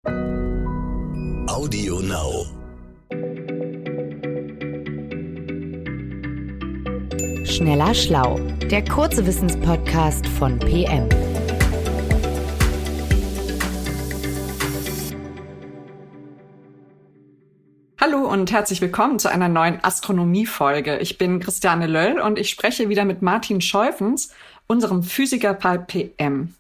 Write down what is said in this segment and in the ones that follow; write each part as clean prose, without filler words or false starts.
Audio Now. Schneller Schlau, der kurze Wissenspodcast von PM. Hallo und herzlich willkommen zu einer neuen Astronomie-Folge. Ich bin Christiane Löll und ich spreche wieder mit Martin Scheufens, unserem Physiker bei PM.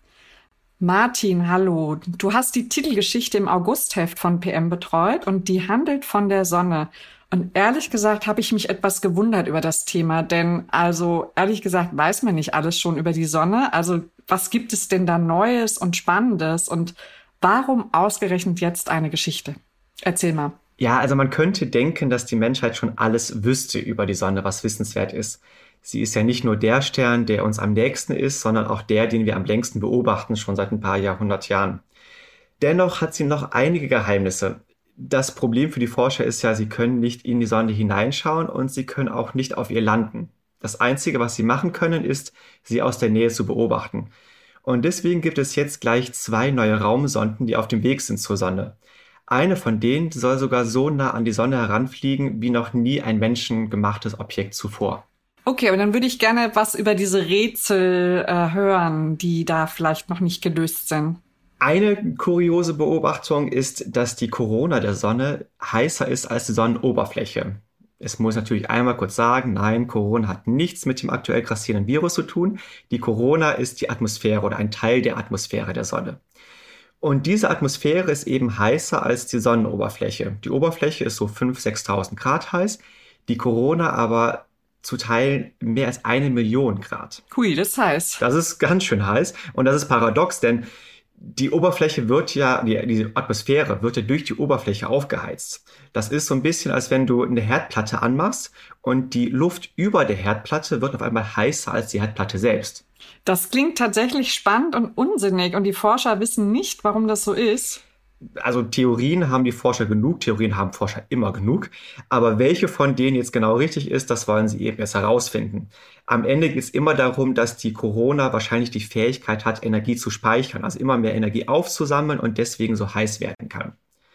Martin, hallo. Du hast die Titelgeschichte im Augustheft von PM betreut und die handelt von der Sonne. Und ehrlich gesagt habe ich mich etwas gewundert über das Thema, denn ehrlich gesagt weiß man nicht alles schon über die Sonne. Also was gibt es denn da Neues und Spannendes und warum ausgerechnet jetzt eine Geschichte? Erzähl mal. Ja, also man könnte denken, dass die Menschheit schon alles wüsste über die Sonne, was wissenswert ist. Sie ist ja nicht nur der Stern, der uns am nächsten ist, sondern auch der, den wir am längsten beobachten, schon seit ein paar Jahrhundert Jahren. Dennoch hat sie noch einige Geheimnisse. Das Problem für die Forscher ist ja, sie können nicht in die Sonne hineinschauen und sie können auch nicht auf ihr landen. Das Einzige, was sie machen können, ist, sie aus der Nähe zu beobachten. Und deswegen gibt es jetzt gleich 2 neue Raumsonden, die auf dem Weg sind zur Sonne. Eine von denen soll sogar so nah an die Sonne heranfliegen, wie noch nie ein menschengemachtes Objekt zuvor. Okay, aber dann würde ich gerne was über diese Rätsel hören, die da vielleicht noch nicht gelöst sind. Eine kuriose Beobachtung ist, dass die Korona der Sonne heißer ist als die Sonnenoberfläche. Es muss natürlich einmal kurz sagen, nein, Corona hat nichts mit dem aktuell grassierenden Virus zu tun. Die Korona ist die Atmosphäre oder ein Teil der Atmosphäre der Sonne. Und diese Atmosphäre ist eben heißer als die Sonnenoberfläche. Die Oberfläche ist so 5.000, 6.000 Grad heiß, die Korona aber zu Teilen mehr als 1 Million Grad. Hui, das ist heiß. Das ist ganz schön heiß und das ist paradox, denn die Oberfläche wird ja, die Atmosphäre wird ja durch die Oberfläche aufgeheizt. Das ist so ein bisschen, als wenn du eine Herdplatte anmachst und die Luft über der Herdplatte wird auf einmal heißer als die Herdplatte selbst. Das klingt tatsächlich spannend und unsinnig und die Forscher wissen nicht, warum das so ist. Also Theorien haben die Forscher genug, Theorien haben Forscher immer genug, aber welche von denen jetzt genau richtig ist, das wollen sie eben erst herausfinden. Am Ende geht es immer darum, dass die Corona wahrscheinlich die Fähigkeit hat, Energie zu speichern, also immer mehr Energie aufzusammeln und deswegen so heiß werden kann.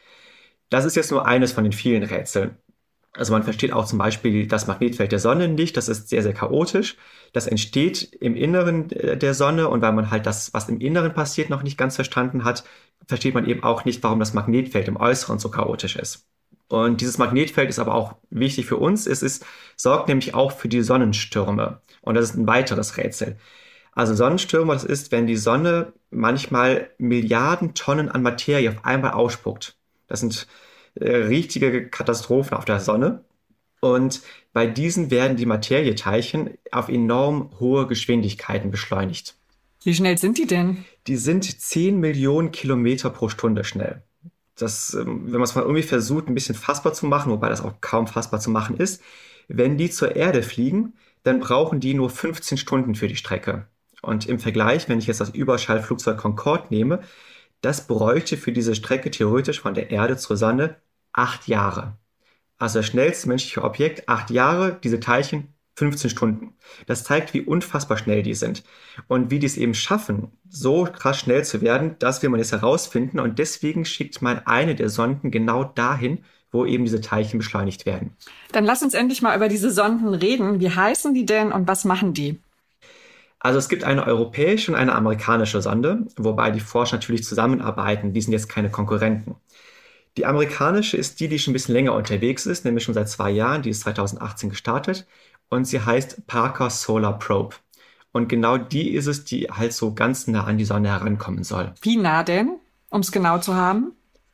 Das ist jetzt nur eines von den vielen Rätseln. Also man versteht auch zum Beispiel das Magnetfeld der Sonne nicht, das ist sehr, sehr chaotisch. Das entsteht im Inneren der Sonne und weil man halt das, was im Inneren passiert, noch nicht ganz verstanden hat, versteht man eben auch nicht, warum das Magnetfeld im Äußeren so chaotisch ist. Und dieses Magnetfeld ist aber auch wichtig für uns. Sorgt nämlich auch für die Sonnenstürme. Und das ist ein weiteres Rätsel. Also Sonnenstürme, das ist, wenn die Sonne manchmal Milliarden Tonnen an Materie auf einmal ausspuckt. Das sind richtige Katastrophen auf der Sonne. Und bei diesen werden die Materieteilchen auf enorm hohe Geschwindigkeiten beschleunigt. Wie schnell sind die denn? Die sind 10 Millionen Kilometer pro Stunde schnell. Das, wenn man es mal irgendwie versucht, ein bisschen fassbar zu machen, wobei das auch kaum fassbar zu machen ist, wenn die zur Erde fliegen, dann brauchen die nur 15 Stunden für die Strecke. Und im Vergleich, wenn ich jetzt das Überschallflugzeug Concorde nehme, das bräuchte für diese Strecke theoretisch von der Erde zur Sonne 8 Jahre. Also das schnellste menschliche Objekt, 8 Jahre, diese Teilchen 15 Stunden. Das zeigt, wie unfassbar schnell die sind. Und wie die es eben schaffen, so krass schnell zu werden, das will man jetzt herausfinden. Und deswegen schickt man eine der Sonden genau dahin, wo eben diese Teilchen beschleunigt werden. Dann lass uns endlich mal über diese Sonden reden. Wie heißen die denn und was machen die? Also es gibt eine europäische und eine amerikanische Sonde, wobei die Forscher natürlich zusammenarbeiten. Die sind jetzt keine Konkurrenten. Die amerikanische ist die schon ein bisschen länger unterwegs ist, nämlich schon seit 2 Jahren. Die ist 2018 gestartet und sie heißt Parker Solar Probe. Und genau die ist es, die halt so ganz nah an die Sonne herankommen soll. Wie nah denn, um es genau zu haben?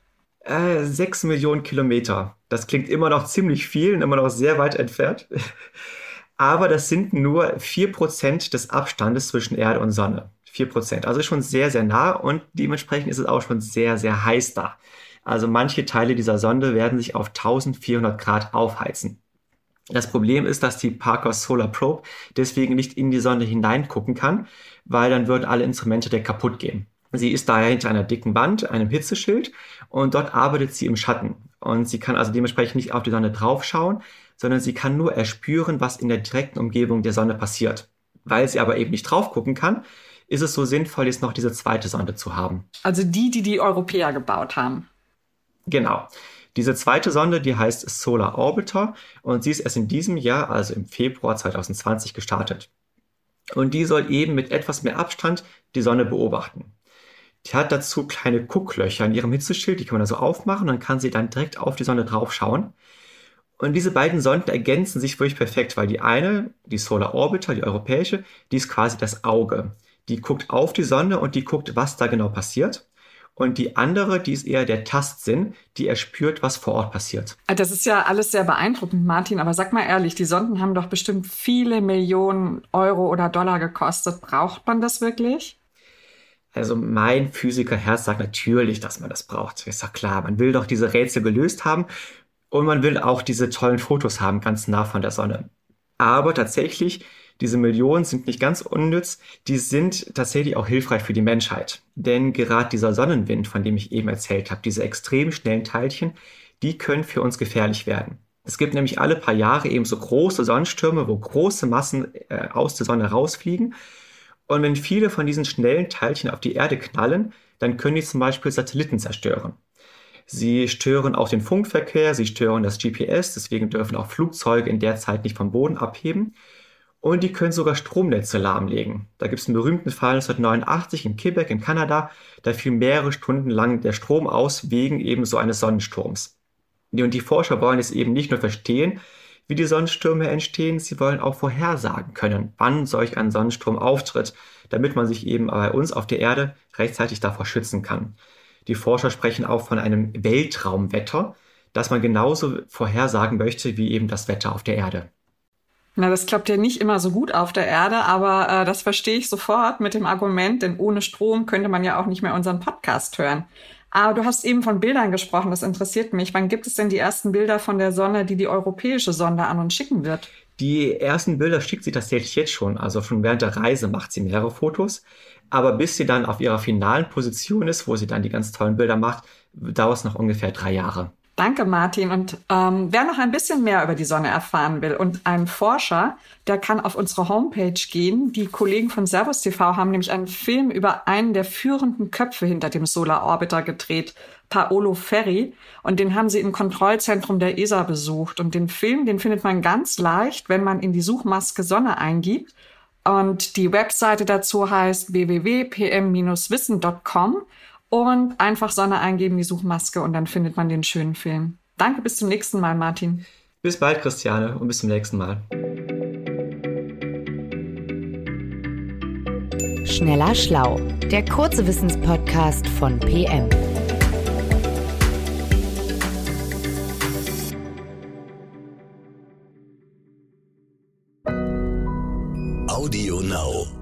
6 Millionen Kilometer. Das klingt immer noch ziemlich viel und immer noch sehr weit entfernt. Aber das sind nur 4% des Abstandes zwischen Erde und Sonne. 4%. Also schon sehr, sehr nah und dementsprechend ist es auch schon sehr, sehr heiß da. Also manche Teile dieser Sonde werden sich auf 1400 Grad aufheizen. Das Problem ist, dass die Parker Solar Probe deswegen nicht in die Sonne hineingucken kann, weil dann würden alle Instrumente der kaputt gehen. Sie ist daher hinter einer dicken Wand, einem Hitzeschild und dort arbeitet sie im Schatten. Und sie kann also dementsprechend nicht auf die Sonne draufschauen, sondern sie kann nur erspüren, was in der direkten Umgebung der Sonne passiert. Weil sie aber eben nicht drauf gucken kann, ist es so sinnvoll, jetzt noch diese zweite Sonde zu haben. Also die Europäer gebaut haben. Genau. Diese zweite Sonde, die heißt Solar Orbiter und sie ist erst in diesem Jahr, also im Februar 2020, gestartet. Und die soll eben mit etwas mehr Abstand die Sonne beobachten. Die hat dazu kleine Gucklöcher in ihrem Hitzeschild, die kann man also aufmachen und dann kann sie dann direkt auf die Sonne draufschauen. Und diese beiden Sonden ergänzen sich wirklich perfekt, weil die eine, die Solar Orbiter, die europäische, die ist quasi das Auge. Die guckt auf die Sonne und die guckt, was da genau passiert. Und die andere, die ist eher der Tastsinn, die erspürt, was vor Ort passiert. Das ist ja alles sehr beeindruckend, Martin. Aber sag mal ehrlich, die Sonden haben doch bestimmt viele Millionen Euro oder Dollar gekostet. Braucht man das wirklich? Also mein Physikerherz sagt natürlich, dass man das braucht. Ist doch klar, man will doch diese Rätsel gelöst haben und man will auch diese tollen Fotos haben, ganz nah von der Sonne. Aber tatsächlich, diese Millionen sind nicht ganz unnütz, die sind tatsächlich auch hilfreich für die Menschheit. Denn gerade dieser Sonnenwind, von dem ich eben erzählt habe, diese extrem schnellen Teilchen, die können für uns gefährlich werden. Es gibt nämlich alle paar Jahre eben so große Sonnenstürme, wo große Massen aus der Sonne rausfliegen. Und wenn viele von diesen schnellen Teilchen auf die Erde knallen, dann können die zum Beispiel Satelliten zerstören. Sie stören auch den Funkverkehr, sie stören das GPS, deswegen dürfen auch Flugzeuge in der Zeit nicht vom Boden abheben. Und die können sogar Stromnetze lahmlegen. Da gibt es einen berühmten Fall 1989 in Quebec in Kanada. Da fiel mehrere Stunden lang der Strom aus wegen eben so eines Sonnensturms. Und die Forscher wollen es eben nicht nur verstehen, wie die Sonnenstürme entstehen, sie wollen auch vorhersagen können, wann solch ein Sonnensturm auftritt, damit man sich eben bei uns auf der Erde rechtzeitig davor schützen kann. Die Forscher sprechen auch von einem Weltraumwetter, das man genauso vorhersagen möchte wie eben das Wetter auf der Erde. Na, das klappt ja nicht immer so gut auf der Erde, aber das verstehe ich sofort mit dem Argument, denn ohne Strom könnte man ja auch nicht mehr unseren Podcast hören. Aber du hast eben von Bildern gesprochen, das interessiert mich. Wann gibt es denn die ersten Bilder von der Sonne, die europäische Sonde an uns schicken wird? Die ersten Bilder schickt sie tatsächlich jetzt schon, also schon während der Reise macht sie mehrere Fotos. Aber bis sie dann auf ihrer finalen Position ist, wo sie dann die ganz tollen Bilder macht, dauert es noch ungefähr 3 Jahre. Danke, Martin. Und wer noch ein bisschen mehr über die Sonne erfahren will und ein Forscher, der kann auf unsere Homepage gehen. Die Kollegen von Servus TV haben nämlich einen Film über einen der führenden Köpfe hinter dem Solar Orbiter gedreht, Paolo Ferri. Und den haben sie im Kontrollzentrum der ESA besucht. Und den Film, den findet man ganz leicht, wenn man in die Suchmaske Sonne eingibt. Und die Webseite dazu heißt www.pm-wissen.com. Und einfach Sonne eingeben, die Suchmaske, und dann findet man den schönen Film. Danke, bis zum nächsten Mal, Martin. Bis bald, Christiane, und bis zum nächsten Mal. Schneller Schlau, der kurze Wissenspodcast von PM. Audio Now.